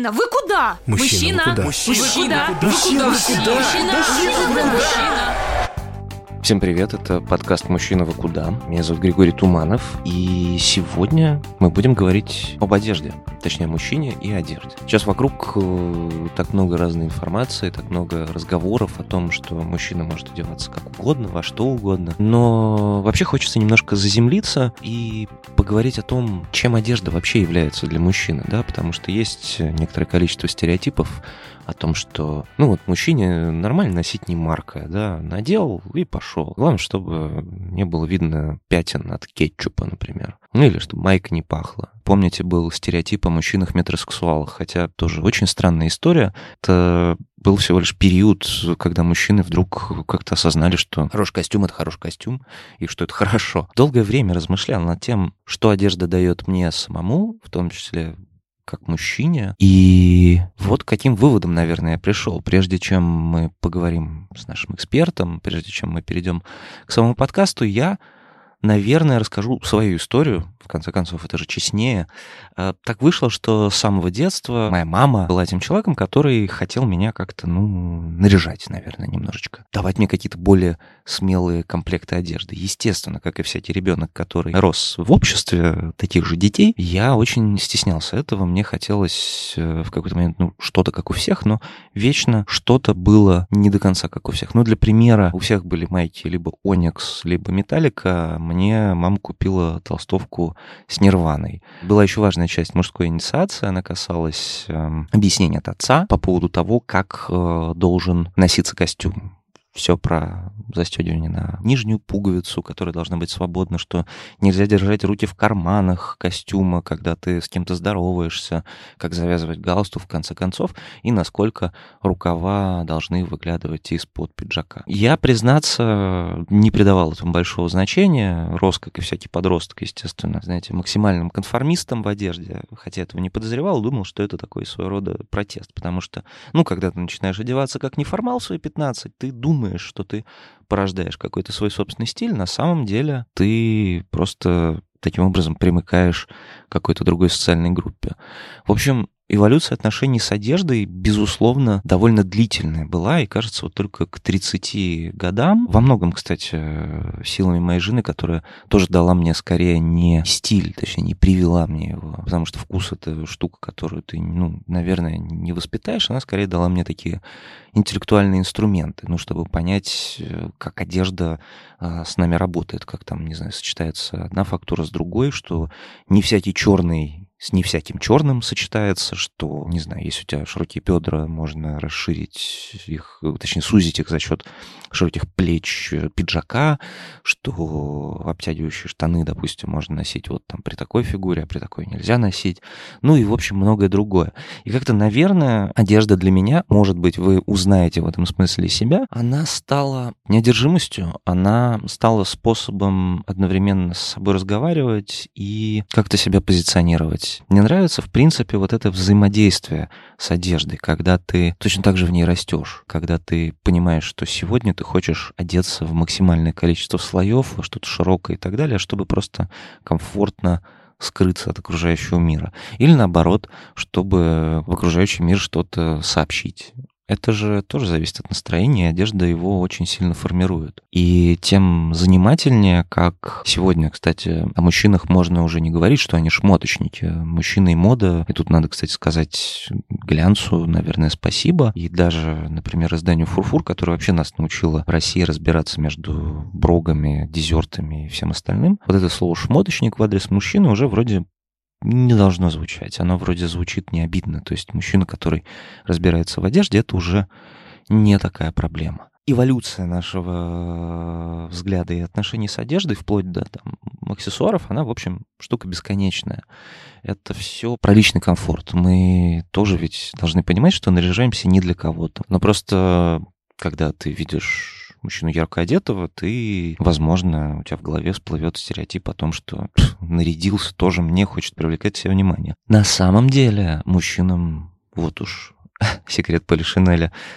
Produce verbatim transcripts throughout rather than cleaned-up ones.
Мужчина, вы куда? Мужчина, вы куда? Мужчина, вы куда? Мужчина, Мужчина, вы куда? Мужчина, Мужчина, вы куда? Всем привет, это подкаст «Мужчина, вы куда?». Меня зовут Григорий Туманов, и сегодня мы будем говорить об одежде, точнее, о мужчине и одежде. Сейчас вокруг э, так много разной информации, так много разговоров о том, что мужчина может одеваться как угодно, во что угодно, но вообще хочется немножко заземлиться и поговорить о том, чем одежда вообще является для мужчины, да, потому что есть некоторое количество стереотипов о том, что, ну вот, мужчине нормально носить не марка, да, надел и пошел. Главное, чтобы не было видно пятен от кетчупа, например. Ну или чтобы майка не пахла. Помните, был стереотип о мужчинах-метросексуалах, хотя тоже очень странная история. Это был всего лишь период, когда мужчины вдруг как-то осознали, что хороший костюм — это хороший костюм, и что это хорошо. Долгое время размышлял над тем, что одежда дает мне самому, в том числе как мужчине. И вот к каким выводом, наверное, я пришел. Прежде чем мы поговорим с нашим экспертом, прежде чем мы перейдем к самому подкасту, я, наверное, расскажу свою историю. В конце концов, это же честнее. Так вышло, что с самого детства моя мама была тем человеком, который хотел меня как-то, ну, наряжать, наверное, немножечко. Давать мне какие-то более смелые комплекты одежды. Естественно, как и всякий ребенок, который рос в обществе таких же детей, я очень стеснялся этого. Мне хотелось в какой-то момент, ну, что-то как у всех, но вечно что-то было не до конца как у всех. Ну, для примера, у всех были майки либо Оникс, либо Металлика. Мне мама купила толстовку с Нирваной. Была еще важная часть мужской инициации, она касалась э, объяснения от отца по поводу того, как э, должен носиться костюм. Все про застегивание на нижнюю пуговицу, которая должна быть свободна, что нельзя держать руки в карманах костюма, когда ты с кем-то здороваешься, как завязывать галстук в конце концов, и насколько рукава должны выглядывать из-под пиджака. Я, признаться, не придавал этому большого значения, рос, как и всякий подросток, естественно, знаете, максимальным конформистом в одежде, хотя этого не подозревал, думал, что это такой своего рода протест, потому что, ну, когда ты начинаешь одеваться как неформал в свои пятнадцать, ты думаешь, что ты порождаешь какой-то свой собственный стиль, на самом деле ты просто таким образом примыкаешь к какой-то другой социальной группе. В общем, эволюция отношений с одеждой, безусловно, довольно длительная была, и, кажется, вот только к тридцати годам, во многом, кстати, силами моей жены, которая тоже дала мне скорее не стиль, точнее, не привела мне его, потому что вкус — это штука, которую ты, ну, наверное, не воспитаешь, она скорее дала мне такие интеллектуальные инструменты, ну, чтобы понять, как одежда а, с нами работает, как там, не знаю, сочетается одна фактура с другой, что не всякий черный с не всяким черным сочетается, что, не знаю, если у тебя широкие бедра, можно расширить их, точнее, сузить их за счет широких плеч пиджака, что обтягивающие штаны, допустим, можно носить вот там при такой фигуре, а при такой нельзя носить. Ну и, в общем, многое другое. И как-то, наверное, одежда для меня, может быть, вы узнаете в этом смысле себя, она стала неодержимостью, она стала способом одновременно с собой разговаривать и как-то себя позиционировать. Мне нравится, в принципе, вот это взаимодействие с одеждой, когда ты точно так же в ней растешь, когда ты понимаешь, что сегодня ты хочешь одеться в максимальное количество слоев, во что-то широкое и так далее, чтобы просто комфортно скрыться от окружающего мира. Или наоборот, чтобы в окружающий мир что-то сообщить. Это же тоже зависит от настроения, и одежда его очень сильно формирует. И тем занимательнее, как сегодня, кстати, о мужчинах можно уже не говорить, что они шмоточники. Мужчина и мода, и тут надо, кстати, сказать глянцу, наверное, спасибо. И даже, например, изданию «Фурфур», которое вообще нас научило в России разбираться между брогами, дезертами и всем остальным. Вот это слово «шмоточник» в адрес мужчины уже вроде не должно звучать. Оно вроде звучит не обидно. То есть мужчина, который разбирается в одежде, это уже не такая проблема. Эволюция нашего взгляда и отношений с одеждой, вплоть до там, аксессуаров, она, в общем, штука бесконечная. Это все про личный комфорт. Мы тоже ведь должны понимать, что наряжаемся не для кого-то. Но просто, когда ты видишь мужчину ярко одетого, ты, возможно, у тебя в голове всплывет стереотип о том, что пф, нарядился, тоже мне хочет привлекать себе внимание. На самом деле мужчинам, вот уж секрет Полишинеля,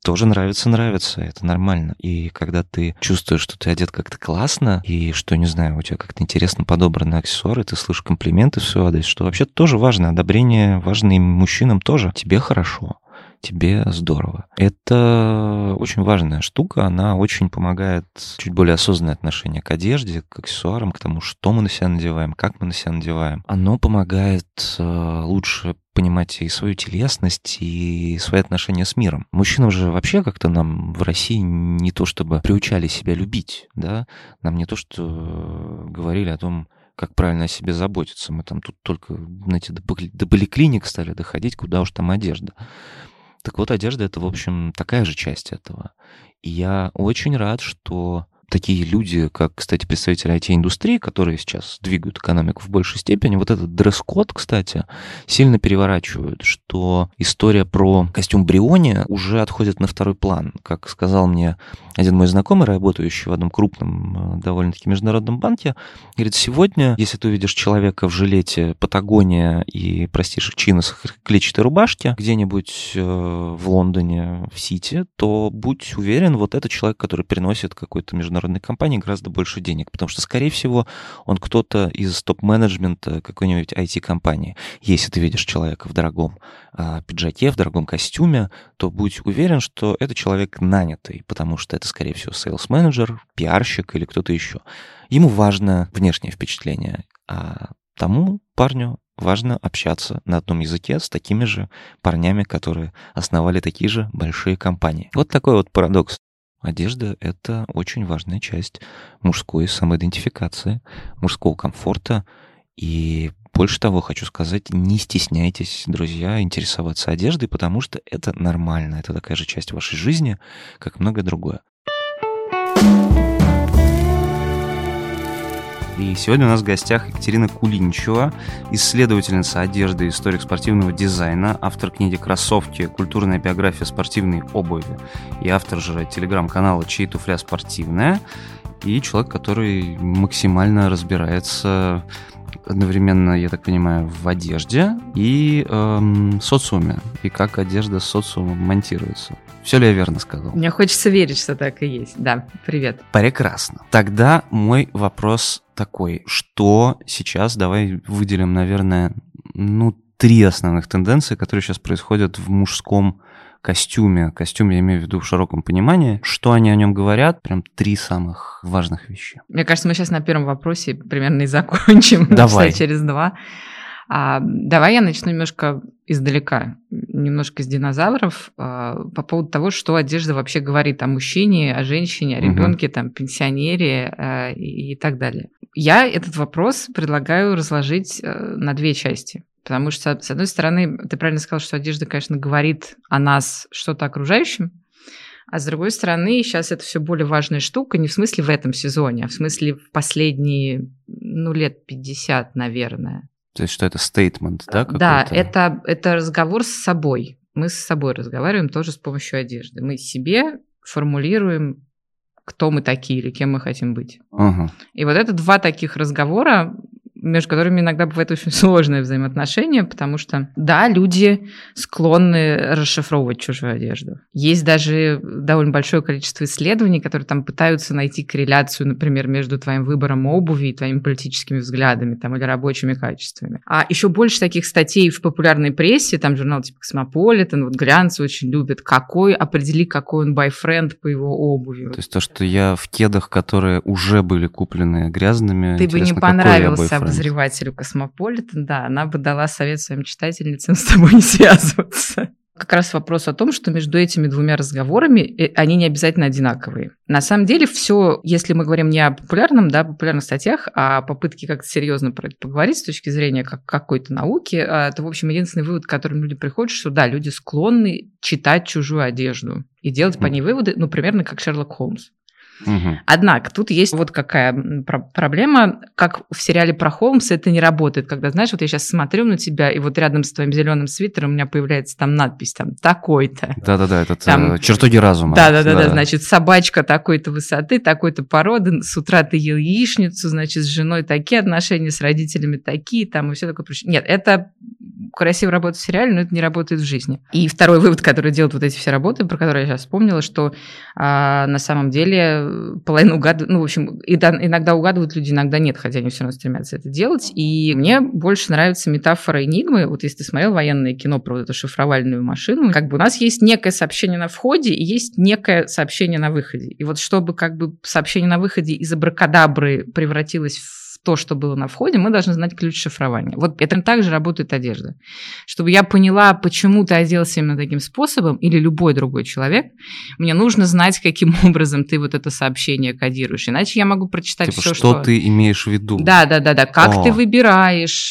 тоже нравится, нравится, это нормально. И когда ты чувствуешь, что ты одет как-то классно, и что, не знаю, у тебя как-то интересно подобраны аксессуары, ты слышишь комплименты в свой адрес, что вообще тоже важно, одобрение важно и мужчинам тоже. Тебе хорошо, тебе здорово. Это очень важная штука, она очень помогает чуть более осознанное отношение к одежде, к аксессуарам, к тому, что мы на себя надеваем, как мы на себя надеваем. Оно помогает э, лучше понимать и свою телесность, и свои отношения с миром. Мужчинам же вообще как-то нам в России не то чтобы приучали себя любить, да, нам не то что говорили о том, как правильно о себе заботиться. Мы там тут только, знаете, до, до поликлиник стали доходить, куда уж там одежда. Так вот, одежда — это, в общем, такая же часть этого. И я очень рад, что такие люди, как, кстати, представители ай ти-индустрии, которые сейчас двигают экономику в большей степени, вот этот дресс-код, кстати, сильно переворачивают, что история про костюм Бриони уже отходит на второй план. Как сказал мне один мой знакомый, работающий в одном крупном, довольно-таки международном банке, говорит, сегодня, если ты увидишь человека в жилете Патагония и простейших чинах клетчатой рубашки где-нибудь в Лондоне, в Сити, то будь уверен, вот это человек, который приносит какой-то международной компании гораздо больше денег, потому что, скорее всего, он кто-то из топ-менеджмента какой-нибудь ай ти-компании. Если ты видишь человека в дорогом а, пиджаке, в дорогом костюме, то будь уверен, что это человек нанятый, потому что это, скорее всего, сейлс-менеджер, пиарщик или кто-то еще. Ему важно внешнее впечатление, а тому парню важно общаться на одном языке с такими же парнями, которые основали такие же большие компании. Вот такой вот парадокс. Одежда — это очень важная часть мужской самоидентификации, мужского комфорта. И больше того, хочу сказать, не стесняйтесь, друзья, интересоваться одеждой, потому что это нормально. Это такая же часть вашей жизни, как многое другое. И сегодня у нас в гостях Екатерина Кулиничева, исследовательница одежды и историк спортивного дизайна, автор книги «Кроссовки. Культурная биография спортивной обуви» и автор же телеграм-канала «Чьи туфля спортивная», и человек, который максимально разбирается одновременно, я так понимаю, в одежде и эм, социуме, и как одежда с социумом монтируется. Все ли я верно сказал? Мне хочется верить, что так и есть. Да, привет. Прекрасно. Тогда мой вопрос такой, что сейчас, давай выделим, наверное, ну, три основных тенденции, которые сейчас происходят в мужском костюме. Костюм я имею в виду в широком понимании. Что они о нем говорят? Прям три самых важных вещи. Мне кажется, мы сейчас на первом вопросе примерно и закончим. Давай. Часа через два. А, давай я начну немножко издалека, немножко с динозавров, а, по поводу того, что одежда вообще говорит о мужчине, о женщине, о ребенке, угу. там, пенсионере а, и, и так далее. Я этот вопрос предлагаю разложить а, на две части. Потому что, с одной стороны, ты правильно сказал, что одежда, конечно, говорит о нас что-то окружающим, а с другой стороны, сейчас это все более важная штука, не в смысле в этом сезоне, а в смысле в последние, ну, лет пятьдесят, наверное. То есть что это стейтмент, да? Какой-то? Да, это, это разговор с собой. Мы с собой разговариваем тоже с помощью одежды. Мы себе формулируем, кто мы такие или кем мы хотим быть. Угу. И вот это два таких разговора, между которыми иногда бывает очень сложное взаимоотношение, потому что, да, люди склонны расшифровывать чужую одежду. Есть даже довольно большое количество исследований, которые там пытаются найти корреляцию, например, между твоим выбором обуви и твоими политическими взглядами там, или рабочими качествами. А еще больше таких статей в популярной прессе, там журнал типа «Космополитен», вот глянцы очень любят, какой, определи, какой он бойфренд по его обуви. То есть то, что я в кедах, которые уже были куплены грязными, ты бы не понравился обозревателю «Космополитен», да, она бы дала совет своим читательницам с тобой не связываться. Как раз вопрос о том, что между этими двумя разговорами они не обязательно одинаковые. На самом деле все, если мы говорим не о популярном, да, популярных статьях, а о попытке как-то серьезно про это поговорить с точки зрения как какой-то науки, то, в общем, единственный вывод, к которому люди приходят, что да, люди склонны читать чужую одежду и делать по ней выводы, ну, примерно как Шерлок Холмс. Угу. Однако тут есть вот какая проблема, как в сериале про Холмса это не работает, когда, знаешь, вот я сейчас смотрю на тебя, и вот рядом с твоим зеленым свитером у меня появляется там надпись, там, такой-то. Да-да-да, это там... чертоги разума. Да-да-да, да. Значит, собачка такой-то высоты, такой-то породы, с утра ты ел яичницу, значит, с женой такие отношения, с родителями такие, там, и все такое прочее. Нет, это красиво работать в сериале, но это не работает в жизни. И второй вывод, который делают вот эти все работы, про которые я сейчас вспомнила, что а, на самом деле половину угадывают, ну, в общем, иногда угадывают люди, иногда нет, хотя они все равно стремятся это делать. И мне больше нравится метафора энигмы. Вот если ты смотрел военное кино про вот эту шифровальную машину, как бы у нас есть некое сообщение на входе и есть некое сообщение на выходе. И вот чтобы как бы сообщение на выходе из абракадабры превратилось в то, что было на входе, мы должны знать ключ шифрования. Вот это также работает одежда. Чтобы я поняла, почему ты оделся именно таким способом, или любой другой человек, мне нужно знать, каким образом ты вот это сообщение кодируешь. Иначе я могу прочитать типа, все, что... что... ты имеешь в виду. Да, да, да, да. Как О. ты выбираешь...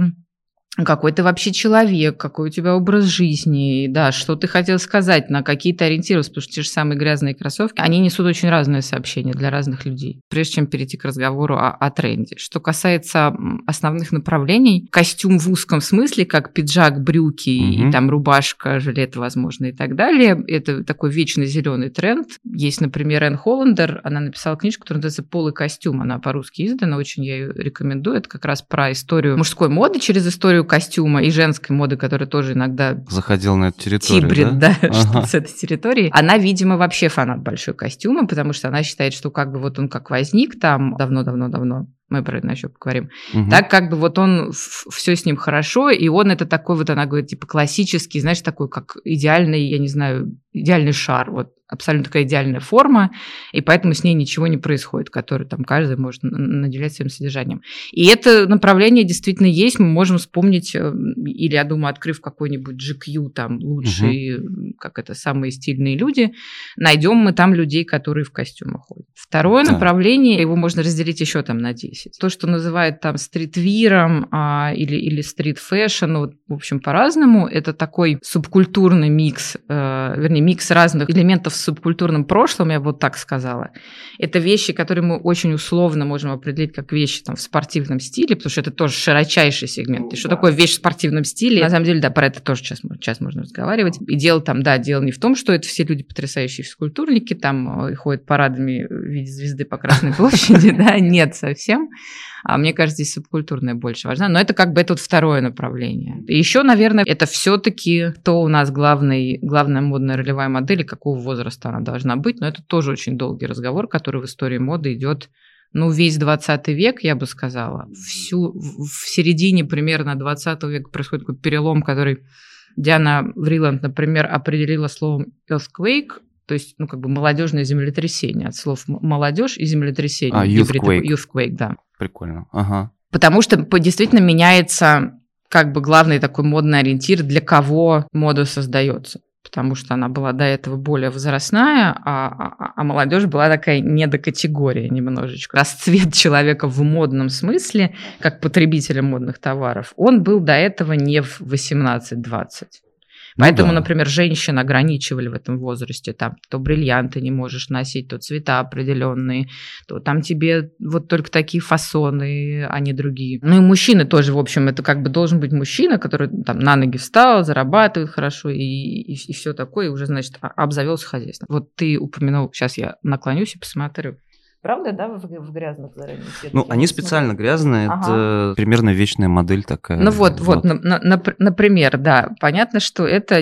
какой ты вообще человек, какой у тебя образ жизни, да, что ты хотел сказать, на какие-то ориентироваться, потому что те же самые грязные кроссовки, они несут очень разные сообщения для разных людей, прежде чем перейти к разговору о, о тренде. Что касается основных направлений, костюм в узком смысле, как пиджак, брюки mm-hmm. и там рубашка, жилет, возможно, и так далее, это такой вечно зеленый тренд. Есть, например, Энн Холландер, она написала книжку, которая называется «Пол и костюм», она по-русски издана, очень я ее рекомендую, это как раз про историю мужской моды через историю костюма и женской моды, которая тоже иногда заходила на эту территорию, тибрит, да, да ага. что-то с этой территории. Она, видимо, вообще фанат большой костюма, потому что она считает, что как бы вот он как возник там давно-давно-давно, мы про это еще поговорим, угу. так как бы вот он, все с ним хорошо, и он это такой вот, она говорит, типа классический, знаешь, такой как идеальный, я не знаю, идеальный шар, вот абсолютно такая идеальная форма, и поэтому с ней ничего не происходит, который там каждый может наделять своим содержанием. И это направление действительно есть, мы можем вспомнить, или, я думаю, открыв какой-нибудь джи кью, там, лучшие, угу. как это, самые стильные люди, найдем мы там людей, которые в костюмах ходят. Второе да. направление, его можно разделить еще там на десять. То, что называют там стритвиром а, или, или стрит-фэшн, вот, в общем, по-разному, это такой субкультурный микс, э, вернее, микс разных элементов в субкультурном прошлом, я бы вот так сказала. Это вещи, которые мы очень условно можем определить как вещи там, в спортивном стиле, потому что это тоже широчайший сегмент. И что такое вещь в спортивном стиле? На самом деле, да, про это тоже сейчас, сейчас можно разговаривать. И дело там, да, дело не в том, что это все люди потрясающие физкультурники, там и ходят парадами в виде звезды по Красной площади, да, нет совсем. А мне кажется, здесь субкультурная больше важна. Но это как бы это вот второе направление. И еще, наверное, это все-таки то у нас главный, главная модная ролевая модель, и какого возраста она должна быть. Но это тоже очень долгий разговор, который в истории моды идет, ну, весь двадцатый век, я бы сказала. Всю, в середине примерно двадцатого века происходит такой перелом, который Диана Вриланд, например, определила словом earthquake, то есть, ну, как бы молодежное землетрясение, от слов молодежь и землетрясение. А, youthquake. Youthquake, да. Прикольно, ага. Потому что действительно меняется как бы главный такой модный ориентир, для кого мода создается. Потому что она была до этого более возрастная, а, а, а молодежь была такая недокатегория немножечко. Расцвет человека в модном смысле, как потребителя модных товаров, он был до этого не в восемнадцать-двадцать. Поэтому, ну, да. например, женщин ограничивали в этом возрасте, там, то бриллианты не можешь носить, то цвета определенные, то там тебе вот только такие фасоны, а не другие. Ну и мужчины тоже, в общем, это как бы должен быть мужчина, который там на ноги встал, зарабатывает хорошо и, и, и все такое, и уже, значит, обзавелся хозяйством. Вот ты упомянул, сейчас я наклонюсь и посмотрю. Правда, да, в, в грязных заранее? Ну, они специально смотрю. Грязные, ага. это примерно вечная модель такая. Ну вот, вот, вот на, на, например, да, понятно, что это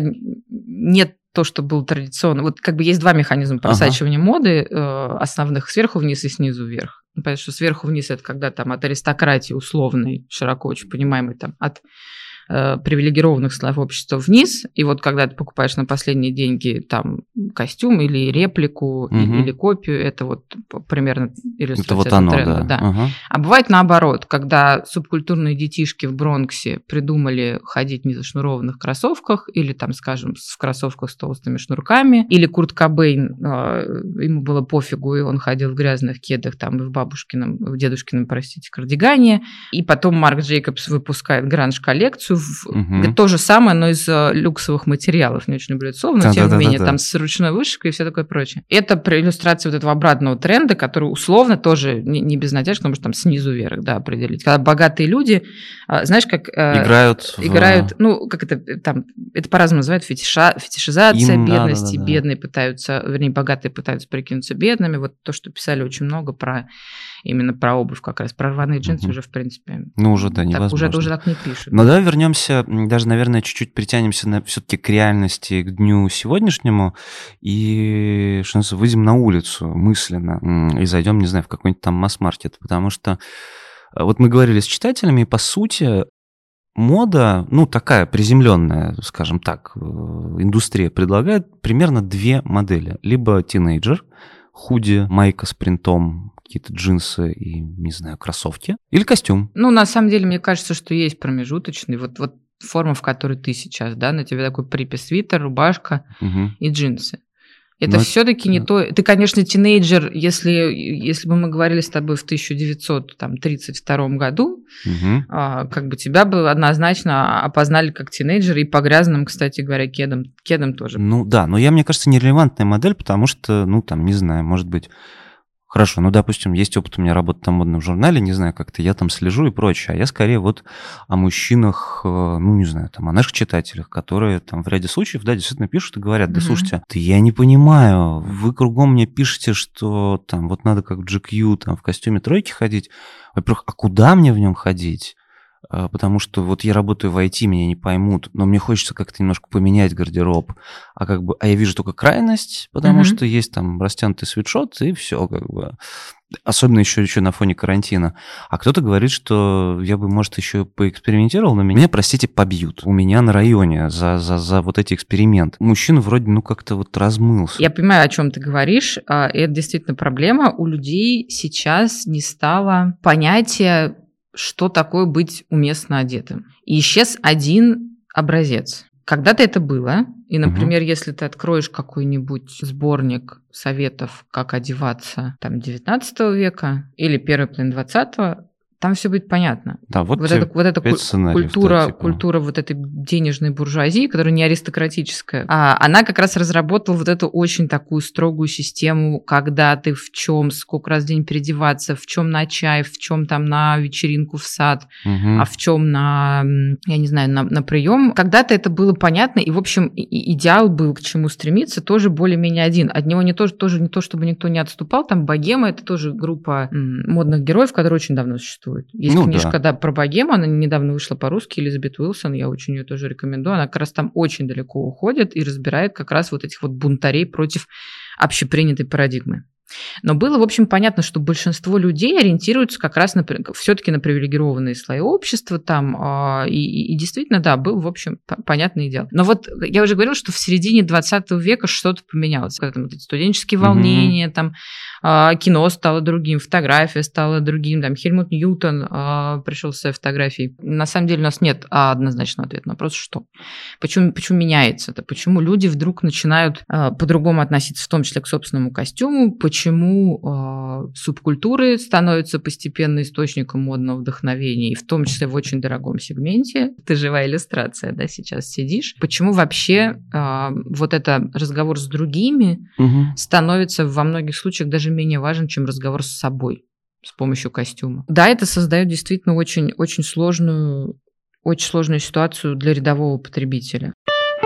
не то, что было традиционно. Вот как бы есть два механизма просачивания ага. моды, э, основных сверху вниз и снизу вверх. Понятно, что сверху вниз это когда там от аристократии условной, широко очень понимаемой, там, от привилегированных слоев общества вниз, и вот когда ты покупаешь на последние деньги там костюм или реплику, угу. или, или копию, это вот примерно иллюстрация это вот оно, тренда. Да. Да. Ага. А бывает наоборот, когда субкультурные детишки в Бронксе придумали ходить в незашнурованных кроссовках или там, скажем, в кроссовках с толстыми шнурками, или Курт Кобейн, ему было пофигу, и он ходил в грязных кедах там и в бабушкином, в дедушкином, простите, кардигане, и потом Марк Джейкобс выпускает гранж-коллекцию, угу. то же самое, но из люксовых материалов. Не очень люблю это слово, но да, тем да, не да, менее, да, там да. с ручной вышивкой и все такое прочее. Это иллюстрация вот этого обратного тренда, который условно тоже не, не без натяжки, потому что там снизу вверх, да, определить. Когда богатые люди, знаешь, как... Играют. Играют, в... ну, как это там, это по-разному называют, фетиша, фетишизация Им, бедности, да, да, да, бедные да. пытаются, вернее, богатые пытаются прикинуться бедными. Вот то, что писали очень много про именно про обувь как раз, про рваные джинсы угу. уже, в принципе... Ну, уже, да, невозможно. Так, уже, уже так не пишут. Ну, да, вернемся вернемся, даже, наверное, чуть-чуть притянемся на, все-таки к реальности, к дню сегодняшнему, и, что называется, выйдем на улицу мысленно и зайдем, не знаю, в какой-нибудь там масс-маркет, потому что вот мы говорили с читателями, и, по сути, мода, ну, такая приземленная, скажем так, индустрия предлагает примерно две модели. Либо тинейджер, худи, майка с принтом, какие-то джинсы и, не знаю, кроссовки, или костюм. Ну, на самом деле, мне кажется, что есть промежуточный, вот, вот форма, в которой ты сейчас, да, на тебе такой припис-свитер, рубашка угу. и джинсы. Это Но все-таки это... не то. Ты, конечно, тинейджер, если, если бы мы говорили с тобой в тысяча девятьсот тридцать втором году, угу. а, как бы тебя бы однозначно опознали как тинейджера и по грязным, кстати говоря, кедам, кедам тоже. Ну да, но я, мне кажется, нерелевантная модель, потому что, ну там, не знаю, может быть... Хорошо, ну, допустим, есть опыт у меня работы там в модном журнале, не знаю, как-то я там слежу и прочее, а я скорее вот о мужчинах, ну, не знаю, там, о наших читателях, которые там в ряде случаев, да, действительно пишут и говорят, да, mm-hmm. слушайте, да я не понимаю, вы кругом мне пишете, что там вот надо как в джи кью, там, в костюме тройки ходить. Во-первых, а куда мне в нем ходить? Потому что вот я работаю в ай ти, меня не поймут, но мне хочется как-то немножко поменять гардероб. А как бы, а я вижу только крайность, потому mm-hmm. что есть там растянутый свитшот, и все как бы. Особенно еще, еще на фоне карантина. А кто-то говорит, что я бы, может, еще поэкспериментировал, но меня, простите, побьют. У меня на районе за, за, за вот эти эксперименты. Мужчина вроде, ну, как-то вот размылся. Я понимаю, о чем ты говоришь. Это действительно проблема. У людей сейчас не стало понятия, что такое быть уместно одетым. И исчез один образец. Когда-то это было. И, например, угу. если ты откроешь какой-нибудь сборник советов, как одеваться там девятнадцатого века или первой половины двадцатого, там все будет понятно. Да, вот вот эта, вот эта культура, да, типа. культура вот этой денежной буржуазии, которая не аристократическая, а она как раз разработала вот эту очень такую строгую систему, когда ты в чем, сколько раз в день переодеваться, в чем на чай, в чем там на вечеринку в сад, угу. а в чем на, я не знаю, на, на прием. Когда-то это было понятно, и, в общем, и идеал был, к чему стремиться, тоже более-менее один. От него не то, тоже не то, чтобы никто не отступал. Там «Богема» — это тоже группа модных героев, которые очень давно существуют. Есть ну, книжка, да. да, про богему, она недавно вышла по-русски, Элизабет Уилсон, я очень ее тоже рекомендую. Она как раз там очень далеко уходит и разбирает как раз вот этих вот бунтарей против общепринятой парадигмы. Но было, в общем, понятно, что большинство людей ориентируются как раз на, все-таки на привилегированные слои общества там, и, и, и действительно, да, был, в общем, понятный идеал. Но вот я уже говорила, что в середине двадцатого века что-то поменялось. Когда там вот эти студенческие волнения, mm-hmm. там, кино стало другим, фотография стала другим, там, Хельмут Ньютон пришел с своей фотографией. На самом деле у нас нет однозначного ответа на вопрос, что. Почему, почему меняется это? Почему люди вдруг начинают по-другому относиться, в том числе к собственному костюму? Почему э, субкультуры становятся постепенно источником модного вдохновения, и в том числе в очень дорогом сегменте. Ты живая иллюстрация, да, сейчас сидишь. Почему вообще э, вот это разговор с другими угу. становится во многих случаях даже менее важен, чем разговор с собой с помощью костюма. Да, это создает действительно очень, очень сложную, очень сложную ситуацию для рядового потребителя.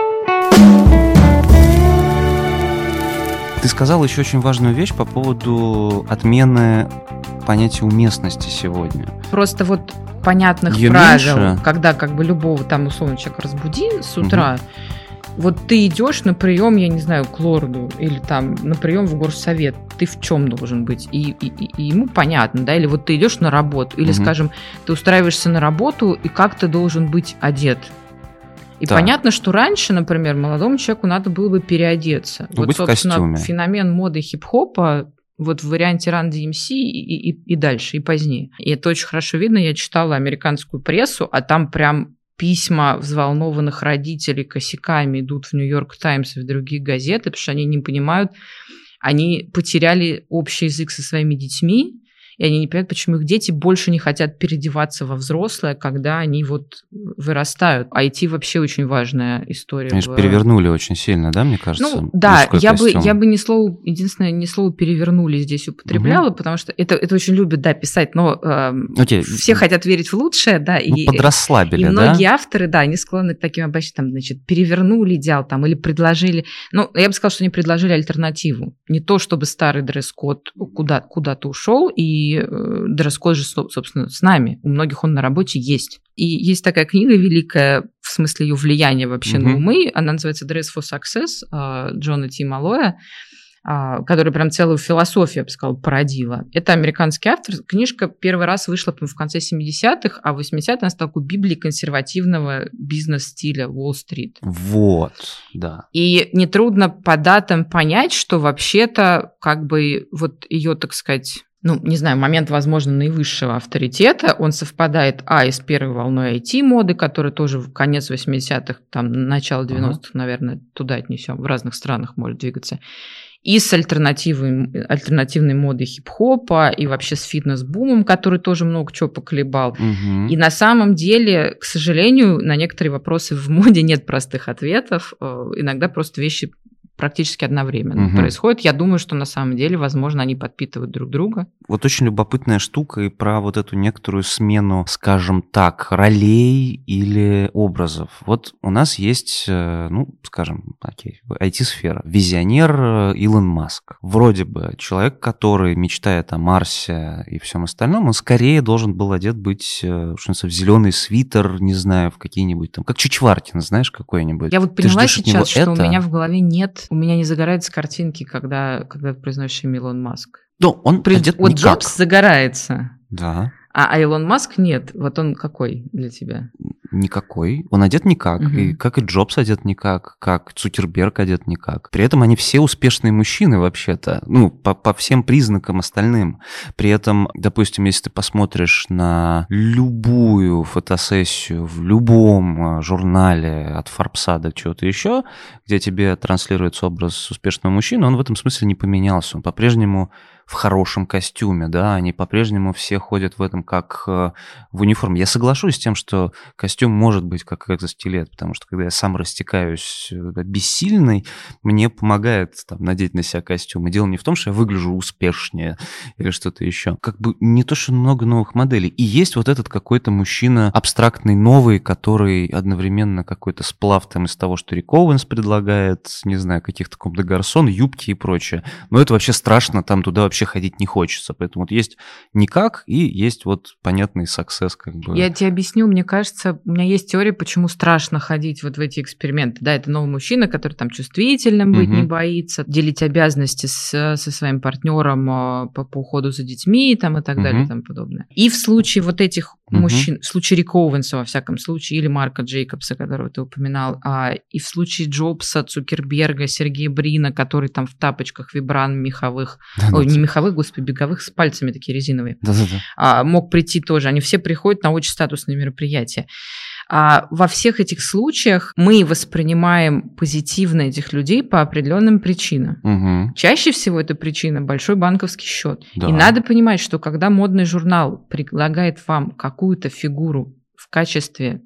Ты сказал еще очень важную вещь по поводу отмены понятия уместности сегодня. Просто вот понятных Ее правил, меньше. Когда как бы любого там условно человека разбуди с утра, угу. вот ты идешь на прием, я не знаю, к лорду или там на прием в горсовет, ты в чем должен быть? И, и, и ему понятно, да? Или вот ты идешь на работу, или, угу. скажем, ты устраиваешься на работу, и как ты должен быть одет? И да. понятно, что раньше, например, молодому человеку надо было бы переодеться. Ну, вот, собственно, феномен моды хип-хопа вот в варианте Run ди эм си и, и, и дальше, и позднее. И это очень хорошо видно. Я читала американскую прессу, а там прям письма взволнованных родителей косяками идут в Нью-Йорк Таймс и в другие газеты, потому что они не понимают, они потеряли общий язык со своими детьми, и они не понимают, почему их дети больше не хотят переодеваться во взрослое, когда они вот вырастают. ай ти вообще очень важная история. Они же перевернули очень сильно, да, мне кажется? Ну, да, я бы, я бы не слово, единственное, не слово перевернули здесь употребляла, угу. потому что это, это очень любят, да, писать, но э, okay. все хотят верить в лучшее, да. Ну, и, подрасслабили, и да? И многие авторы, да, они склонны к таким обычным, там, значит, перевернули идеал там или предложили, ну, я бы сказала, что они предложили альтернативу. Не то, чтобы старый дресс-код куда, куда-то ушел, и и дресс-код же, собственно, с нами. У многих он на работе есть. И есть такая книга великая, в смысле ее влияния вообще mm-hmm. на умы, она называется «Dress for Success» Джона Ти Малоя, который прям целую философию, я бы сказала, породила. Это американский автор. Книжка первый раз вышла в конце семидесятых, а в восьмидесятых она стала такой библией консервативного бизнес-стиля Уолл-стрит. Вот, да. И нетрудно по датам понять, что вообще-то как бы вот ее, так сказать... ну, не знаю, момент, возможно, наивысшего авторитета, он совпадает, а, и с первой волной ай ти-моды, которая тоже в конец восьмидесятых, там, начало девяностых, uh-huh. наверное, туда отнесем, в разных странах может двигаться, и с альтернативой, альтернативной модой хип-хопа, и вообще с фитнес-бумом, который тоже много чего поколебал. Uh-huh. И на самом деле, к сожалению, на некоторые вопросы в моде нет простых ответов, иногда просто вещи практически одновременно угу. происходит. Я думаю, что на самом деле, возможно, они подпитывают друг друга. Вот очень любопытная штука и про вот эту некоторую смену, скажем так, ролей или образов. Вот у нас есть, ну, скажем, окей, ай ти-сфера. Визионер Илон Маск. Вроде бы человек, который мечтает о Марсе и всем остальном, он скорее должен был одет быть, что называется, в зеленый свитер, не знаю, в какие-нибудь там, как Чичваркин, знаешь, какой-нибудь. Я вот поняла сейчас, что это? У меня в голове нет У меня не загораются картинки, когда, когда ты произносишь имя Илон Маск. Да, он При... одет вот никак. Джобс загорается. Да. А, а Илон Маск нет. Вот он какой для тебя? Никакой. Он одет никак. Угу. И как и Джобс одет никак, как Цукерберг одет никак. При этом они все успешные мужчины вообще-то. Ну, по, по всем признакам остальным. При этом, допустим, если ты посмотришь на любую фотосессию в любом журнале от Форбса до чего-то еще, где тебе транслируется образ успешного мужчины, он в этом смысле не поменялся. Он по-прежнему в хорошем костюме, да, они по-прежнему все ходят в этом как э, в униформе. Я соглашусь с тем, что костюм может быть как экзоскелет, потому что когда я сам растекаюсь да, бессильный, мне помогает там, надеть на себя костюм. И дело не в том, что я выгляжу успешнее или что-то еще. Как бы не то, что много новых моделей. И есть вот этот какой-то мужчина абстрактный новый, который одновременно какой-то сплав там из того, что Рик Оуэнс предлагает, не знаю, каких-то Comme des Garçons, юбки и прочее. Но это вообще страшно, там туда вообще ходить не хочется. Поэтому вот есть никак и есть вот понятный success как бы. Я тебе объясню, мне кажется, у меня есть теория, почему страшно ходить вот в эти эксперименты. Да, это новый мужчина, который там чувствительным быть, угу. не боится, делить обязанности с, со своим партнером по, по уходу за детьми там, и так угу. далее и тому подобное. И в случае вот этих угу. мужчин, в случае Рика Оуэнса, во всяком случае, или Марка Джейкобса, которого ты упоминал, а, и в случае Джобса, Цукерберга, Сергея Брина, который там в тапочках Вибран меховых, да, ой, не меховых, господи, беговых, с пальцами такие резиновые, Да-да-да. а, мог прийти тоже. Они все приходят на очень статусные мероприятия. А во всех этих случаях мы воспринимаем позитивно этих людей по определенным причинам. Угу. Чаще всего эта причина – большой банковский счет. Да. И надо понимать, что когда модный журнал предлагает вам какую-то фигуру в качестве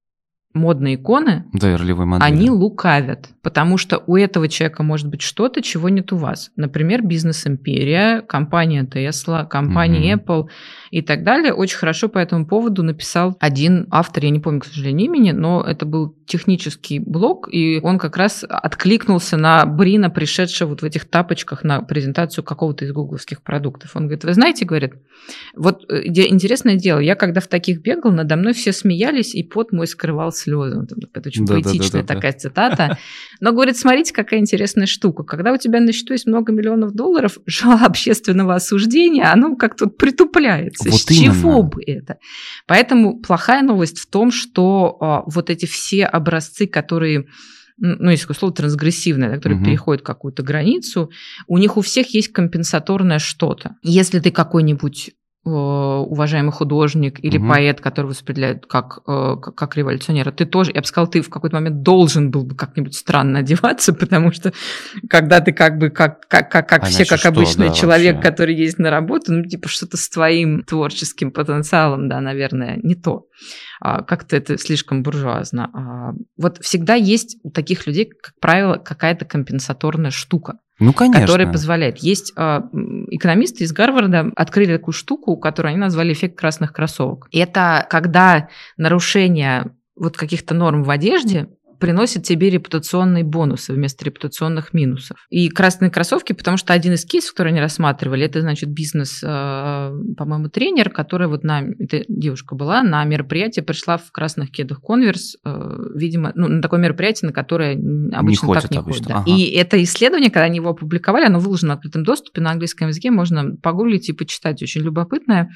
модные иконы, да, ролевой модели, они лукавят, потому что у этого человека может быть что-то, чего нет у вас. Например, бизнес-империя, компания Tesla, компания mm-hmm. Apple и так далее. Очень хорошо по этому поводу написал один автор, я не помню, к сожалению, имени, но это был технический блог, и он как раз откликнулся на Брина, пришедшего вот в этих тапочках на презентацию какого-то из гугловских продуктов. Он говорит, вы знаете, говорит, вот интересное дело, я когда в таких бегал, надо мной все смеялись, и пот мой скрывал слезы. Это очень да, поэтичная да, да, такая да. цитата. Но говорит, смотрите, какая интересная штука. Когда у тебя на счету есть много миллионов долларов, жало общественного осуждения, оно как-то притупляется. Вот С именно. Чего бы это? Поэтому плохая новость в том, что а, вот эти все образцы, которые, ну, есть такое слово трансгрессивное, которые угу. переходят какую-то границу, у них у всех есть компенсаторное что-то. Если ты какой-нибудь уважаемый художник или угу. поэт, который воспринимает как, как, как революционера, ты тоже, я бы сказала, ты в какой-то момент должен был бы как-нибудь странно одеваться, потому что когда ты как бы, как, как, как, как а все, как что, обычный да, человек, вообще. Который есть на работу, ну, типа, что-то с твоим творческим потенциалом, да, наверное, не то. А, как-то это слишком буржуазно. А, вот всегда есть у таких людей, как правило, какая-то компенсаторная штука. Ну, конечно. Которая позволяет. Есть э, экономисты из Гарварда открыли такую штуку, которую они назвали эффект красных кроссовок. И это когда нарушение вот каких-то норм в одежде приносит тебе репутационные бонусы вместо репутационных минусов. И красные кроссовки, потому что один из кейсов, который они рассматривали, это, значит, бизнес, по-моему, тренер, который вот на... Это девушка была, на мероприятие пришла в красных кедах Converse, видимо, ну, на такое мероприятие, на которое обычно не так не ходят. Да. Ага. И это исследование, когда они его опубликовали, оно выложено в открытом доступе на английском языке, можно погуглить и почитать, очень любопытное.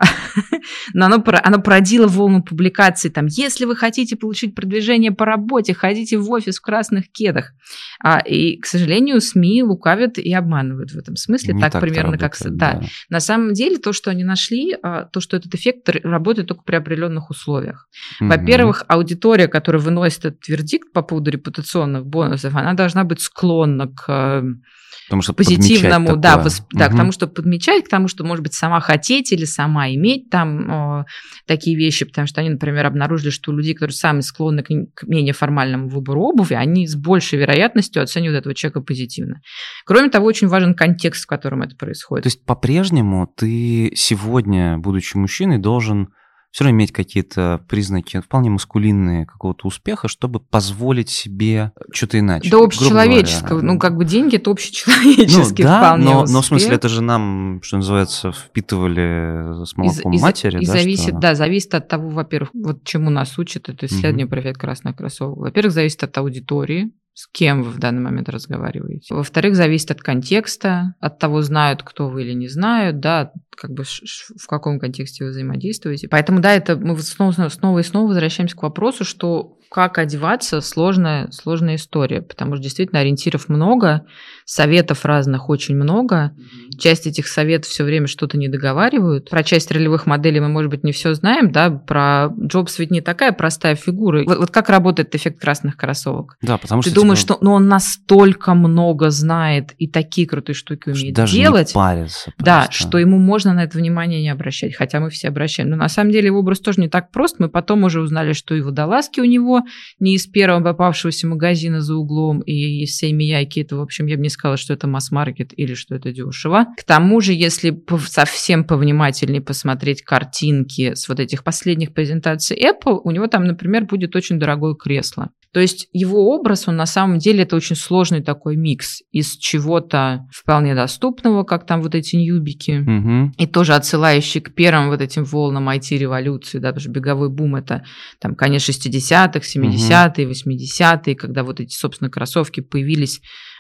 Но оно, оно породило волну публикаций, там, если вы хотите получить продвижение по работе, ходите в офис в красных кедах. А, и, к сожалению, СМИ лукавят и обманывают в этом смысле, так, так примерно, как... Да. Да. На самом деле, то, что они нашли, то, что этот эффект работает только при определенных условиях. Mm-hmm. Во-первых, аудитория, которая выносит этот вердикт по поводу репутационных бонусов, она должна быть склонна к... Потому что позитивному, да, восп... угу. да, к тому, чтобы подмечать, к тому, что, может быть, сама хотеть или сама иметь там о, такие вещи, потому что они, например, обнаружили, что у людей, которые сами склонны к, к менее формальному выбору обуви, они с большей вероятностью оценивают этого человека позитивно. Кроме того, очень важен контекст, в котором это происходит. То есть, по-прежнему ты сегодня, будучи мужчиной, должен... все равно иметь какие-то признаки вполне маскулинные какого-то успеха, чтобы позволить себе что-то иначе. Да, общечеловеческого. Ну, как бы деньги – это общечеловеческий ну, да, вполне но, успех. но в смысле это же нам, что называется, впитывали с молоком и, матери. И да, зависит, что... да, зависит от того, во-первых, вот чему нас учат, это исследование mm-hmm. про эффект красных кроссовок. Во-первых, зависит от аудитории, с кем вы в данный момент разговариваете. Во-вторых, зависит от контекста, от того, знают, кто вы или не знают, да, как бы в каком контексте вы взаимодействуете. Поэтому, да, это мы снова, снова и снова возвращаемся к вопросу, что как одеваться – сложная, сложная история, потому что действительно ориентиров много, советов разных очень много. Часть этих советов все время что-то не договаривают. Про часть ролевых моделей мы, может быть, не все знаем, да, про Джобс ведь не такая простая фигура. Вот, вот как работает эффект красных кроссовок? Да, потому что... Ты думаешь, что ну, он настолько много знает и такие крутые штуки умеет даже делать. Не париться просто. Да, что ему можно на это внимание не обращать, хотя мы все обращаем. Но на самом деле его образ тоже не так прост. Мы потом уже узнали, что и водолазки у него не из первого попавшегося магазина за углом, и из всей Мияки. Это, в общем, я бы не сказала, что это масс-маркет или что это дешево. К тому же, если совсем повнимательнее посмотреть картинки с вот этих последних презентаций Apple, у него там, например, будет очень дорогое кресло. То есть его образ, он на самом деле это очень сложный такой микс из чего-то вполне доступного, как там вот эти ньюбики, угу. и тоже отсылающий к первым вот этим волнам ай ти-революции, да, потому что беговой бум это там конец шестидесятых, семидесятые, восьмидесятые, когда вот эти, собственно, кроссовки появились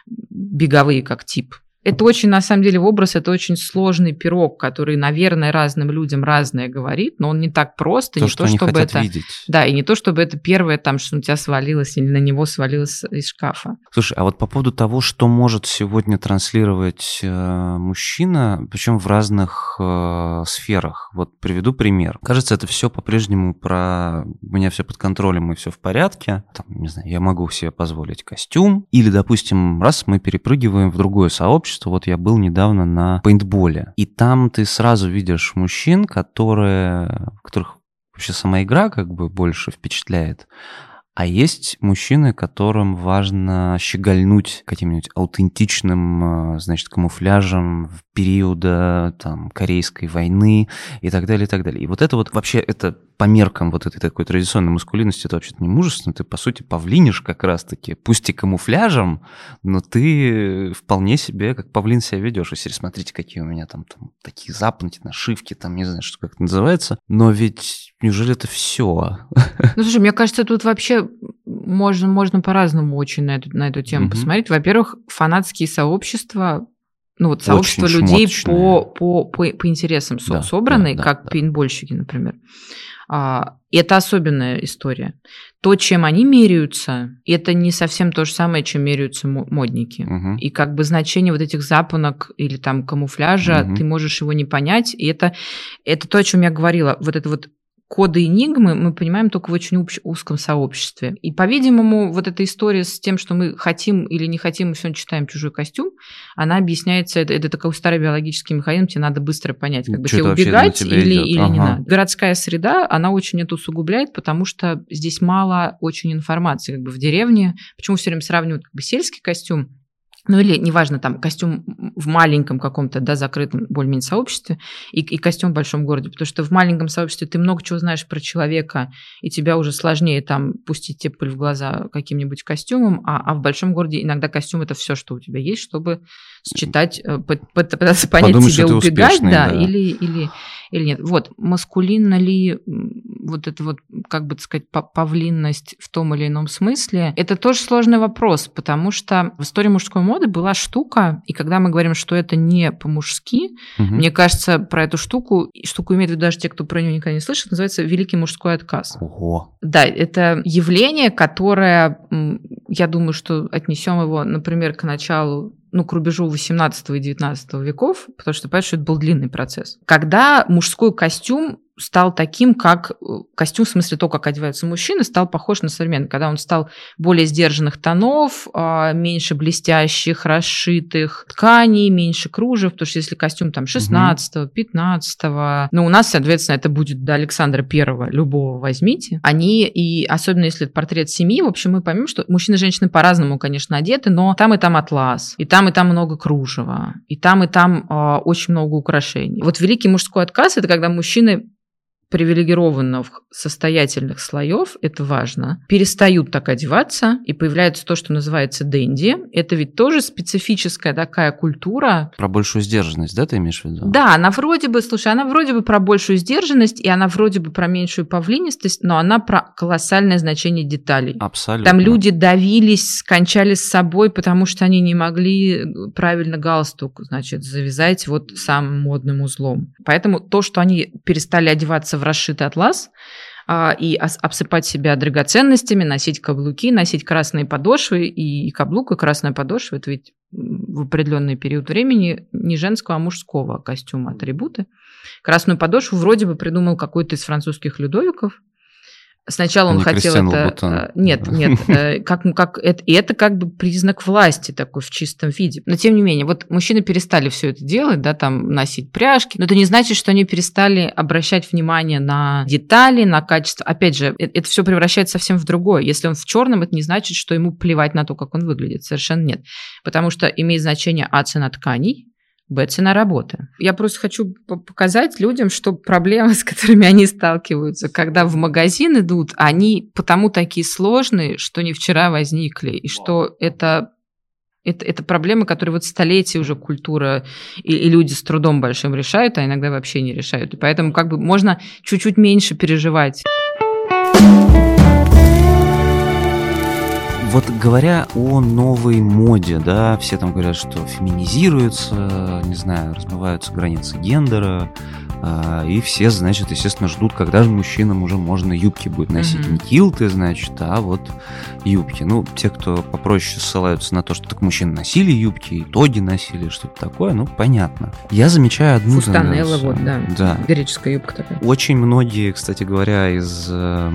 беговые как тип. Это очень, на самом деле, образ, это очень сложный пирог, который, наверное, разным людям разное говорит, но он не так прост, и то, не что то, они чтобы хотят это... видеть. Да, и не то, чтобы это первое, там, что на тебя свалилось или на него свалилось из шкафа. Слушай, а вот по поводу того, что может сегодня транслировать э, мужчина, причем в разных э, сферах. Вот приведу пример. Кажется, это все по-прежнему про у меня все под контролем и все в порядке. Там, не знаю, я могу себе позволить костюм. Или, допустим, раз мы перепрыгиваем в другое сообщество. Вот я был недавно на пейнтболе, и там ты сразу видишь мужчин, которые, которых вообще сама игра как бы больше впечатляет, а есть мужчины, которым важно щегольнуть каким-нибудь аутентичным, значит, камуфляжем в периода там Корейской войны и так далее, и так далее. И вот это вот вообще, это по меркам вот этой такой традиционной маскулинности, это вообще-то не мужественно, ты, по сути, павлинишь как раз-таки, пусть и камуфляжем, но ты вполне себе, как павлин себя ведешь. И смотрите, какие у меня там, там такие запонки, нашивки, там, не знаю, что как это называется, но ведь неужели это все? Ну, слушай, мне кажется, тут вообще можно, можно по-разному очень на эту, на эту тему mm-hmm. посмотреть. Во-первых, фанатские сообщества, ну вот сообщество очень людей по, по, по, по интересам да, собраны, да, да, как да. пейнтбольщики, например. А, это особенная история. То, чем они меряются, это не совсем то же самое, чем меряются модники. Uh-huh. И как бы значение вот этих запонок или там камуфляжа, uh-huh. ты можешь его не понять. И это, это то, о чем я говорила. Вот это вот коды энигмы мы понимаем только в очень узком сообществе. И, по-видимому, вот эта история с тем, что мы хотим или не хотим, мы все равно читаем чужой костюм, она объясняется, это, это такой старый биологический механизм, тебе надо быстро понять, как бы тебе убегать или, или ага. не надо. Городская среда, она очень это усугубляет, потому что здесь мало очень информации. Как бы в деревне, почему все время сравнивают как бы сельский костюм ну или, неважно, там, костюм в маленьком каком-то, да, закрытом более-менее сообществе и, и костюм в большом городе, потому что в маленьком сообществе ты много чего знаешь про человека, и тебя уже сложнее там пустить тебе пыль в глаза каким-нибудь костюмом, а, а в большом городе иногда костюм – это все, что у тебя есть, чтобы считать, пытаться понять, Подумать, тебе убегать, успешный, да, да. Или, или, или нет. Вот, маскулинно ли вот это вот, как бы так сказать, павлинность в том или ином смысле, это тоже сложный вопрос, потому что в истории мужской моды была штука, и когда мы говорим, что это не по-мужски, угу. мне кажется, про эту штуку, штуку имеют в виду даже те, кто про нее никогда не слышит, называется «великий мужской отказ». Ого. Да, это явление, которое, я думаю, что отнесем его, например, к началу, ну, к рубежу восемнадцатого и девятнадцатого веков, потому что, понятно, что это был длинный процесс. Когда мужской костюм стал таким, как костюм, в смысле то, как одеваются мужчины, стал похож на современный, когда он стал более сдержанных тонов, меньше блестящих, расшитых тканей, меньше кружев, потому что если костюм там шестнадцатого, пятнадцатого, ну, у нас, соответственно, это будет до Александра Первого, любого возьмите, они, и особенно если это портрет семьи, в общем, мы поймем, что мужчины и женщины по-разному, конечно, одеты, но там и там атлас, и там и там много кружева, и там и там э, очень много украшений. Вот великий мужской отказ – это когда мужчины привилегированных состоятельных слоев, это важно, перестают так одеваться, и появляется то, что называется дэнди. Это ведь тоже специфическая такая культура. Про большую сдержанность, да, ты имеешь в виду? Да, она вроде бы, слушай, она вроде бы про большую сдержанность, и она вроде бы про меньшую павлинистость, но она про колоссальное значение деталей. Абсолютно. Там люди давились, скончались с собой, потому что они не могли правильно галстук, значит, завязать вот самым модным узлом. Поэтому то, что они перестали одеваться в расшитый атлас и обсыпать себя драгоценностями, носить каблуки, носить красные подошвы, и каблук, и красная подошва – это ведь в определенный период времени не женского, а мужского костюма атрибуты. Красную подошву вроде бы придумал какой-то из французских Людовиков. Сначала он не хотел Кристиан это... Лабутен. Нет, нет. Как, как это, и это как бы признак власти такой в чистом виде. Но тем не менее, вот мужчины перестали все это делать, да, там носить пряжки, но это не значит, что они перестали обращать внимание на детали, на качество. Опять же, это, это все превращается совсем в другое. Если он в черном, это не значит, что ему плевать на то, как он выглядит. Совершенно нет. Потому что имеет значение а цена тканей, б цена работы. Я просто хочу показать людям, что проблемы, с которыми они сталкиваются, когда в магазин идут, они потому такие сложные, что не вчера возникли, и что это, это, это проблемы, которые вот столетия уже культура и, и люди с трудом большим решают, а иногда вообще не решают. И поэтому как бы можно чуть-чуть меньше переживать. Вот говоря о новой моде, да, все там говорят, что феминизируется, не знаю, размываются границы гендера, э, и все, значит, естественно, ждут, когда же мужчинам уже можно юбки будет носить. Mm-hmm. Не килты, значит, а вот юбки. Ну, те, кто попроще ссылаются на то, что так мужчины носили юбки, и тоги носили, что-то такое, ну, понятно. Я замечаю одну... Фустанелла, вот, да. да. Греческая юбка такая. Очень многие, кстати говоря, из... Э,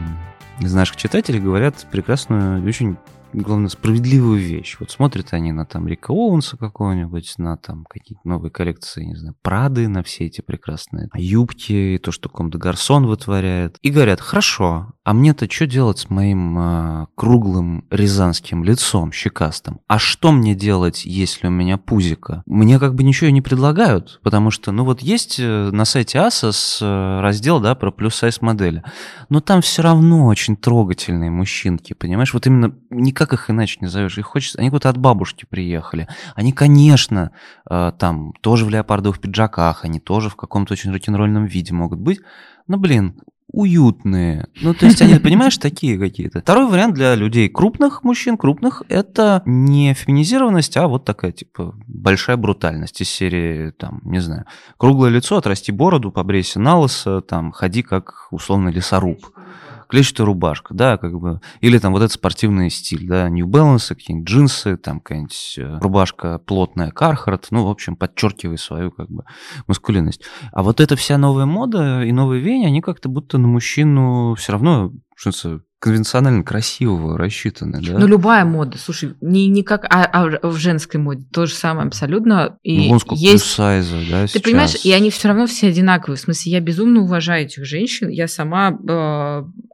из наших читателей говорят прекрасную, очень, главное, справедливую вещь. Вот смотрят они на там Рика Оуэнса какого-нибудь, на там какие-то новые коллекции, не знаю, Прады, на все эти прекрасные юбки, и то, что Ком де Гарсон вытворяет. И говорят, хорошо, а мне-то что делать с моим а, круглым рязанским лицом, щекастым? А что мне делать, если у меня пузико? Мне как бы ничего и не предлагают, потому что, ну вот есть на сайте Asos раздел, да, про плюс-сайз модели, но там все равно очень трогательные мужчинки, понимаешь? Вот именно никак их иначе не зовешь. Их хочется, они куда-то от бабушки приехали. Они, конечно, э, там тоже в леопардовых пиджаках, они тоже в каком-то очень рок-н-ролльном виде могут быть, но, блин, уютные. Ну, то есть они, понимаешь, такие какие-то. Второй вариант для людей крупных, мужчин крупных, это не феминизированность, а вот такая, типа, большая брутальность из серии, там, не знаю, круглое лицо, отрасти бороду, побрейся на лысо, там, ходи как, условно, лесоруб. Клетчатая рубашка, да, как бы, или там вот этот спортивный стиль, да, New Balance, какие-нибудь джинсы, там какая-нибудь рубашка плотная Carhartt, ну, в общем, подчеркивая свою, как бы, маскулинность. А вот эта вся новая мода и новые веяния, они как-то будто на мужчину все равно, что-то конвенционально красивого рассчитаны, да? Ну, любая мода, слушай, не, не как, а, а в женской моде то же самое абсолютно. И ну, вон сколько есть... плюс-сайза, да, Ты сейчас. понимаешь, и они все равно все одинаковые. В смысле, я безумно уважаю этих женщин. Я сама э,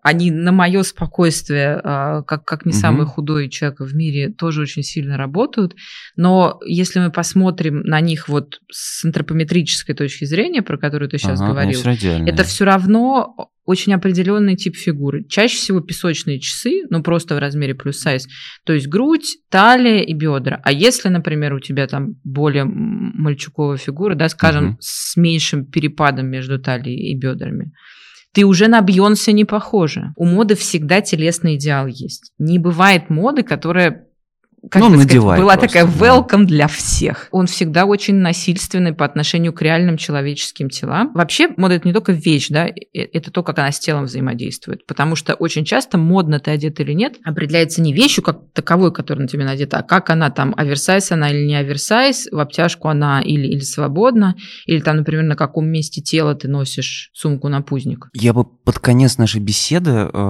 они на мое спокойствие, как, как не Мгм. самый худой человек в мире, тоже очень сильно работают. Но если мы посмотрим на них вот с антропометрической точки зрения, про которую ты сейчас Ага, они говорил, всё идеальные. это все равно очень определенный тип фигуры. Чаще всего песочные часы, ну просто в размере плюс сайз, то есть грудь, талия и бедра. А если, например, у тебя там более мальчуковая фигура, да, скажем, Мгм. с меньшим перепадом между талией и бедрами, ты уже на Бейонсе не похожа. У моды всегда телесный идеал есть. Не бывает моды, которая, как Ну, бы сказать, надевай была просто, такая да. welcome для всех. Он всегда очень насильственный по отношению к реальным человеческим телам. Вообще, мода – это не только вещь, да, э- это то, как она с телом взаимодействует. Потому что очень часто модно ты одет или нет определяется не вещью как таковой, которая на тебе надета, а как она там, оверсайз она или не оверсайз, в обтяжку она или, или свободна, или там, например, на каком месте тела ты носишь сумку на пузник. Я бы под конец нашей беседы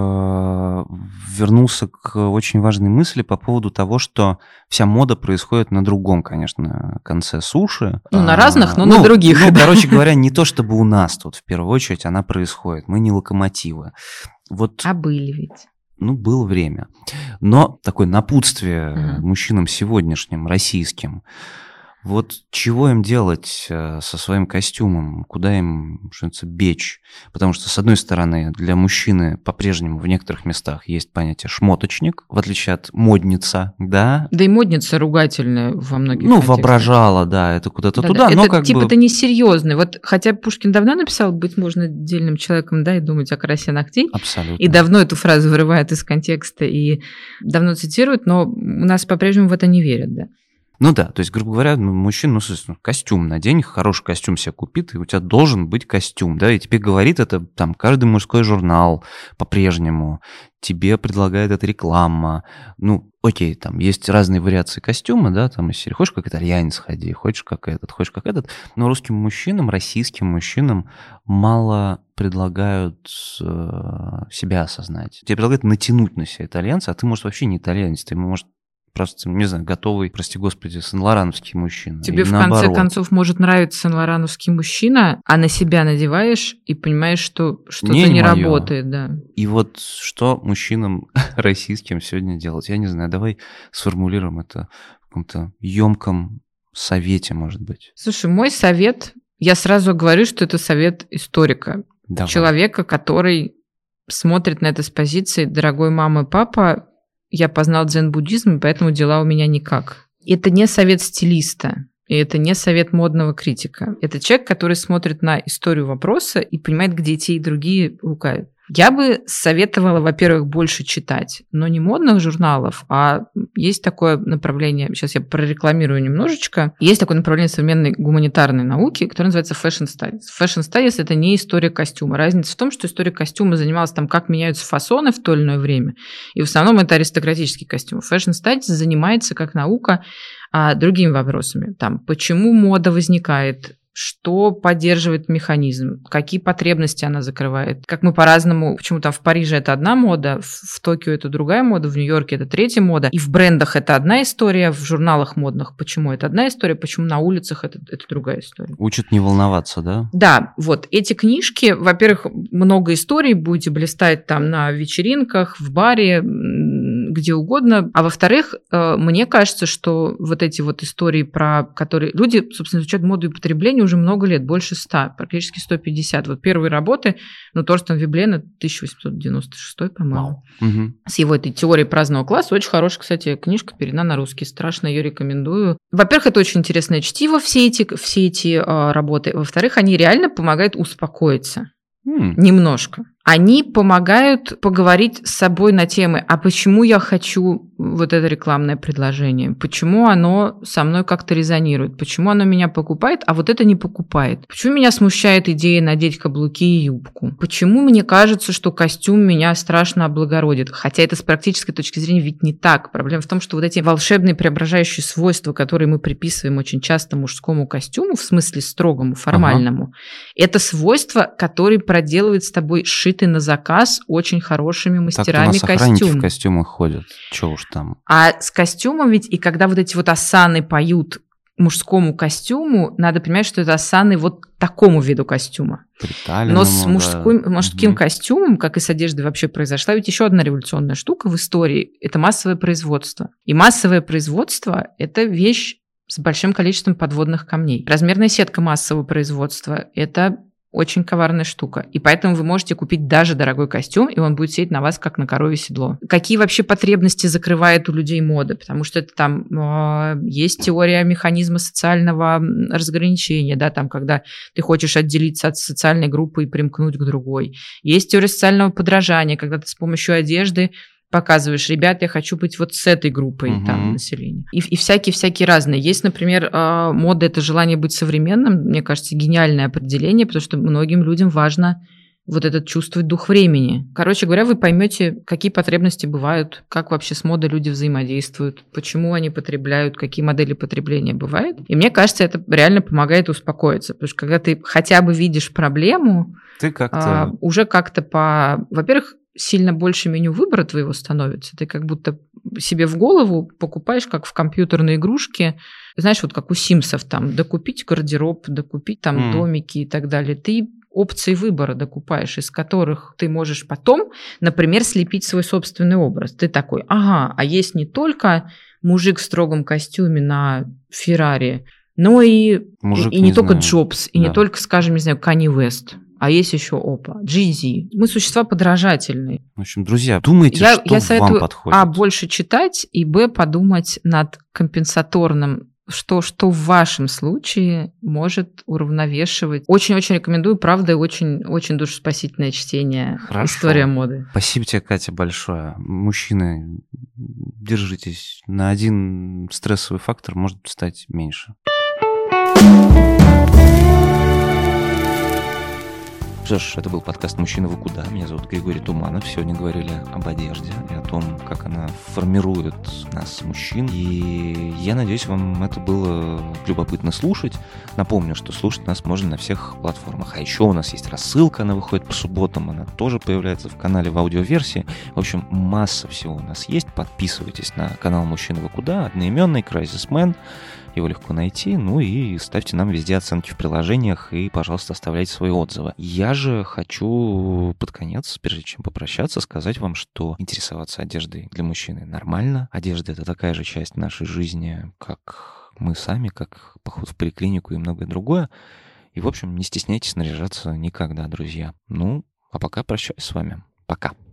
э, вернулся к очень важной мысли по поводу того, что вся мода происходит на другом, конечно, конце суши. Ну, на А, разных, но ну, на других. Ну, короче говоря, не то чтобы у нас тут в первую очередь она происходит. Мы не локомотивы. Вот, А были ведь. ну, было время. Но такое напутствие Мгм. мужчинам сегодняшним, российским. Вот чего им делать э, со своим костюмом? Куда им, что называется, бечь? Потому что, с одной стороны, для мужчины по-прежнему в некоторых местах есть понятие шмоточник, в отличие от модница, да? Да и модница ругательная во многих Ну, контекстах. воображала, да, это куда-то Да, туда, да. но Это, как типа, бы... это несерьезный. Вот, хотя Пушкин давно написал «Быть можно отдельным человеком, да, и думать о красе ногтей». Абсолютно. И давно эту фразу вырывает из контекста и давно цитируют, но у нас по-прежнему в это не верят, да. Ну да, то есть, грубо говоря, ну, мужчина, ну, собственно, костюм надень, хороший костюм себе купит, и у тебя должен быть костюм, да, и тебе говорит это там каждый мужской журнал по-прежнему, тебе предлагает это реклама, ну, окей, там есть разные вариации костюма, да, там из серии, хочешь как итальянец ходи, хочешь как этот, хочешь как этот, но русским мужчинам, российским мужчинам мало предлагают э, себя осознать. Тебе предлагают натянуть на себя итальянца, а ты, может, вообще не итальянец, ты, может, просто, не знаю, готовый, прости господи, сен-лорановский мужчина. Тебе, И в наоборот. конце концов, может нравиться сен-лорановский мужчина, а на себя надеваешь и понимаешь, что что-то Не, не, не моё. работает, да. И вот что мужчинам российским сегодня делать? Я не знаю, давай сформулируем это в каком-то емком совете, может быть. Слушай, мой совет, я сразу говорю, что это совет историка. Давай. Человека, который смотрит на это с позиции «дорогой мама и папа, я познал дзен-буддизм, и поэтому дела у меня никак». Это не совет стилиста, и это не совет модного критика. Это человек, который смотрит на историю вопроса и понимает, где те и другие лукают. Я бы советовала, во-первых, больше читать, но не модных журналов, а есть такое направление, сейчас я прорекламирую немножечко, есть такое направление современной гуманитарной науки, которое называется Fashion Studies. Fashion Studies – это не история костюма. Разница в том, что история костюма занималась там, как меняются фасоны в то или иное время, и в основном это аристократический костюм. Fashion Studies занимается как наука а, другими вопросами. Там, почему мода возникает, что поддерживает механизм, какие потребности она закрывает. Как мы по-разному, почему там в Париже это одна мода, в, в Токио это другая мода, в Нью-Йорке это третья мода, и в брендах это одна история, в журналах модных почему это одна история, почему на улицах это, это другая история. Учат не волноваться, да? Да, вот эти книжки, во-первых, много историй, будете блистать там на вечеринках, в баре, где угодно, а во-вторых, мне кажется, что вот эти вот истории, про которые люди, собственно, изучают моду и потребление уже много лет, больше ста, практически сто пятьдесят. Вот первые работы, ну, Торстен Веблена, тысяча восемьсот девяносто шестой, по-моему, Угу. с его этой теорией праздного класса. Очень хорошая, кстати, книжка, передана на русский. Страшно ее рекомендую. Во-первых, это очень интересное чтиво, все эти, все эти э, работы. Во-вторых, они реально помогают успокоиться. М. Немножко. Они помогают поговорить с собой на темы, а почему я хочу вот это рекламное предложение, почему оно со мной как-то резонирует, почему оно меня покупает, а вот это не покупает, почему меня смущает идея надеть каблуки и юбку, почему мне кажется, что костюм меня страшно облагородит, хотя это с практической точки зрения ведь не так. Проблема в том, что вот эти волшебные преображающие свойства, которые мы приписываем очень часто мужскому костюму, в смысле строгому, формальному, ага. это свойства, которые проделывает с тобой шитый на заказ очень хорошими мастерами так-то у нас охранники костюм. в костюмах ходят, чё уж там. А с костюмом ведь, и когда вот эти вот осаны поют мужскому костюму, надо понимать, что это осаны вот такому виду костюма. Но с мужской, да. мужским угу. костюмом, как и с одеждой вообще произошла, ведь еще одна революционная штука в истории – это массовое производство. И массовое производство – это вещь с большим количеством подводных камней. Размерная сетка массового производства – это очень коварная штука. И поэтому вы можете купить даже дорогой костюм, и он будет сидеть на вас, как на коровье седло. Какие вообще потребности закрывает у людей мода? Потому что это там э, есть теория механизма социального разграничения, да, там, когда ты хочешь отделиться от социальной группы и примкнуть к другой. Есть теория социального подражания, когда ты с помощью одежды показываешь, ребят, я хочу быть вот с этой группой uh-huh. там, населения. И, и всякие-всякие разные. Есть, например, мода – это желание быть современным. Мне кажется, гениальное определение, потому что многим людям важно вот этот чувствовать дух времени. Короче говоря, вы поймете, какие потребности бывают, как вообще с модой люди взаимодействуют, почему они потребляют, какие модели потребления бывают. И мне кажется, это реально помогает успокоиться. Потому что когда ты хотя бы видишь проблему, ты как-то... а, уже как-то по... Во-первых, сильно больше меню выбора твоего становится. Ты как будто себе в голову покупаешь, как в компьютерной игрушке, знаешь, вот как у Симсов, там, докупить гардероб, докупить там mm. домики и так далее. Ты опции выбора докупаешь, из которых ты можешь потом, например, слепить свой собственный образ. Ты такой, ага, а есть не только мужик в строгом костюме на Феррари, но и, Мужик, и, и не, не только Джобс, и да. не только, скажем, не знаю, Канье Уэст. А есть еще опа, Джей-Зи. Мы существа подражательные. В общем, друзья, думайте, я, что я советую, вам подходит. А, больше читать, и б, подумать над компенсаторным, что, что в вашем случае может уравновешивать. Очень-очень рекомендую, правда, очень, очень душеспасительное чтение. Хорошо. История моды. Спасибо тебе, Катя, большое. Мужчины, держитесь. На один стрессовый фактор может стать меньше. Что ж, это был подкаст «Мужчина, вы куда?». Меня зовут Григорий Туманов. Сегодня говорили об одежде и о том, как она формирует нас, мужчин. И я надеюсь, вам это было любопытно слушать. Напомню, что слушать нас можно на всех платформах. А еще у нас есть рассылка, она выходит по субботам, она тоже появляется в канале в аудиоверсии. В общем, масса всего у нас есть. Подписывайтесь на канал «Мужчина, вы куда?», одноименный, Crisis Man. Его легко найти, ну и ставьте нам везде оценки в приложениях и, пожалуйста, оставляйте свои отзывы. Я же хочу под конец, прежде чем попрощаться, сказать вам, что интересоваться одеждой для мужчины нормально. Одежда — это такая же часть нашей жизни, как мы сами, как поход в поликлинику и многое другое. И, в общем, не стесняйтесь наряжаться никогда, друзья. Ну, а пока прощаюсь с вами. Пока.